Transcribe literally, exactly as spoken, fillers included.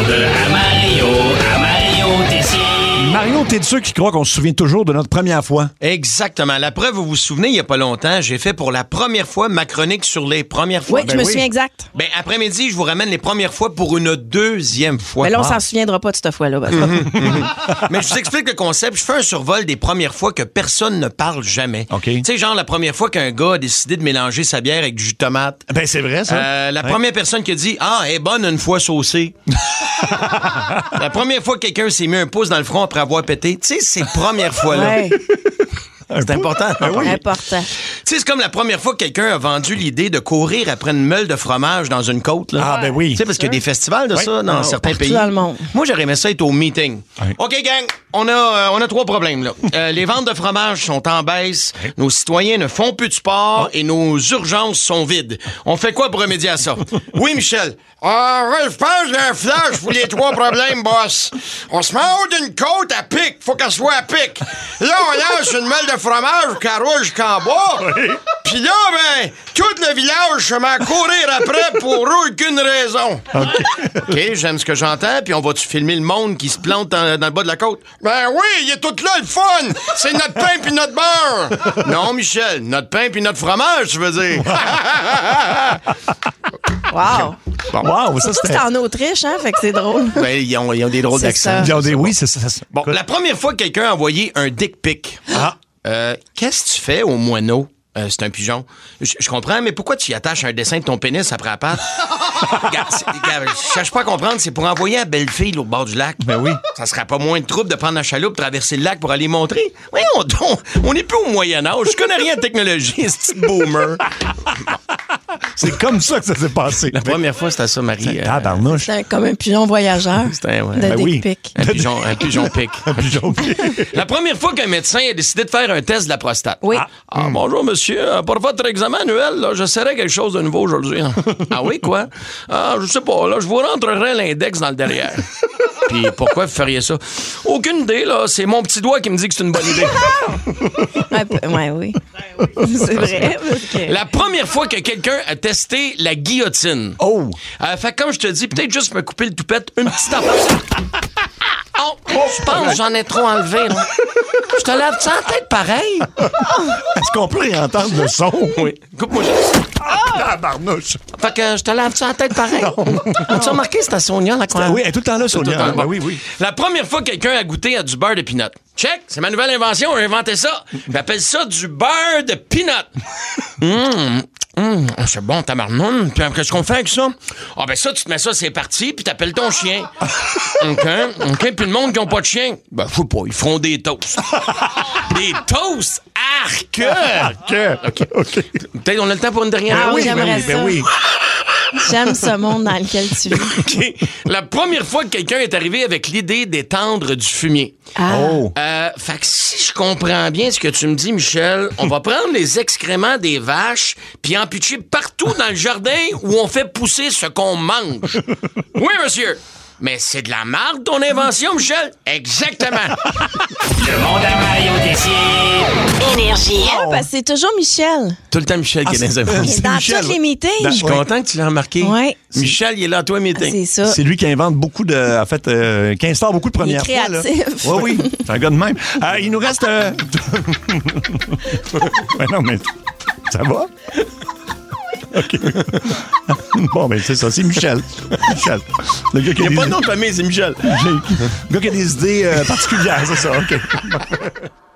à Mario, à Mario Tessier. Mario, t'es de ceux qui croient qu'on se souvient toujours de notre première fois. Exactement. La preuve, vous vous souvenez, il n'y a pas longtemps, j'ai fait pour la première fois ma chronique sur les premières fois. Oui, je Ben me oui. souviens exact. Ben, après-midi, je vous ramène les premières fois pour une deuxième fois. Mais là, on Ah. s'en souviendra pas de cette fois-là. parce que- Mais je vous explique le concept. Je fais un survol des premières fois que personne ne parle jamais. OK. Tu sais, genre la première fois qu'un gars a décidé de mélanger sa bière avec du jus de tomate. Ben, c'est vrai, ça. Euh, la Ouais. première personne qui a dit « Ah, elle est bonne une fois saucée. » La première fois que quelqu'un s'est mis un pouce dans le front après avoir pété. Tu sais, ces premières fois-là. Ouais, C'est important. important. Tu sais, c'est comme la première fois que quelqu'un a vendu l'idée de courir après une meule de fromage dans une côte. Là. Ah, ben oui. Tu sais, parce qu'il y a des festivals de Oui. ça dans Ah, certains partout pays. dans le monde. Moi, j'aurais aimé ça être au meeting. Ouais. OK, gang, on a, euh, on a trois problèmes. là. Euh, les ventes de fromage sont en baisse, nos citoyens ne font plus de sport et nos urgences sont vides. On fait quoi pour remédier à ça? Oui, Michel? Ah, ouais, je pense que j'ai un flash pour les trois problèmes, boss. On se met en haut d'une côte à pic. Faut qu'elle soit à pic. Là, on lance une meule de fromage qu'elle roule jusqu'en bas. Puis là, ben, tout le village se met à courir après pour aucune raison. OK, j'aime ce que j'entends. Puis on va-tu filmer le monde qui se plante dans, dans le bas de la côte? Ben oui, il est tout là, le fun. C'est notre pain puis notre beurre. Non, Michel, notre pain puis notre fromage, tu veux dire. Wow. Wow, ça, Ça, c'était... c'est en Autriche, hein? Fait que c'est drôle. Ben, ils ont, ils ont des drôles C'est d'accents. ça. Ils ont des- Oui, c'est ça. c'est- Bon, Écoute. la première fois que quelqu'un a envoyé un dick pic. Ah. Euh, qu'est-ce que tu fais au moineau? Euh, c'est un pigeon. Je je comprends, mais pourquoi tu y attaches un dessin de ton pénis après la patte? Regarde, c'est- regarde, je cherche pas à comprendre, c'est pour envoyer à belle-fille là, au bord du lac. Ben oui. Ça serait pas moins de trouble de prendre la chaloupe, traverser le lac pour aller montrer. Oui, on, on, on est plus au Moyen-Âge. Je connais rien de technologie, ce petit boomer. C'est comme ça que ça s'est passé. La première fois, c'était ça, Marie. euh, Tabarnouche. C'est un- comme un pigeon voyageur C'était, ouais. de Ben dick oui. pic. un pigeon, un pigeon pic. Un pigeon. La première fois qu'un médecin a décidé de faire un test de la prostate. Oui. Ah, Ah, bonjour, monsieur. Euh, Pour votre examen annuel, là, j'essaierai quelque chose de nouveau aujourd'hui. Ah oui, quoi? Ah, je sais pas, là, je vous rentrerai l'index dans le derrière. Puis pourquoi vous feriez ça? Aucune idée, là. C'est mon petit doigt qui me dit que c'est une bonne idée. Un peu- ouais, oui. C'est vrai. parce que- La première fois que quelqu'un a testé la guillotine. Oh! Euh, fait que comme je te dis, peut-être juste me couper le toupette une petite affaire. Oh, je pense que j'en ai trop enlevé, là. Je te lave ça la tête pareil? Est-ce qu'on peut réentendre le son? Oui. Coupe-moi ça. Tabarnouche. Fait que je te lave ça la tête pareil. As-tu remarqué, c'était Sonia, la quoi? Oui, elle est tout le temps là, Tout le Sonia. temps. Ben oui, oui. La première fois que quelqu'un a goûté à du beurre de peanut. Check, c'est ma nouvelle invention, j'ai inventé ça. J'appelle ça du beurre de peanut. Hum, hum, c'est bon, tabarnoune. Puis qu'est-ce qu'on fait avec ça? Ah ben ça, tu te mets ça, c'est parti, puis t'appelles ton chien. OK, OK, puis le monde qui n'a pas de chien, ben faut pas, ils feront des toasts. Des toasts? Arc! Que? OK, OK. Peut-être on a le temps pour une dernière. Ah oui, ben j'aimerais oui, ben ça. oui. J'aime ce monde dans lequel tu vis. OK. La première fois que quelqu'un est arrivé avec l'idée d'étendre du fumier. Ah. Oh! Euh, fait que si je comprends bien ce que tu me dis, Michel, on va prendre les excréments des vaches puis en pitcher partout dans le jardin où on fait pousser ce qu'on mange. Oui, monsieur. Mais c'est de la marde, ton invention, Michel? Exactement. Le monde à Mario Tessier. Énergie. Ah, parce que c'est toujours Michel. Tout le temps, Michel qui Ah, est dans les c'est- informations. c'est Dans Michel, tous les ouais. meetings. Dans- Je suis Ouais. content que tu l'aies remarqué. Ouais. Michel, il est là à toi, meeting. C'est ça. C'est lui qui invente beaucoup de. En fait, euh, qui instaure beaucoup de Il est premières fois. là. créatif. Oui, oui. C'est un gars de même. Euh, il nous reste. euh, ouais, non, mais. Ça va? OK. Bon, ben, c'est ça. C'est Michel. Michel. Le gars qui Il a n'y a des, pas de nom de famille, c'est Michel. le gars qui a des idées euh, particulières, c'est ça. OK.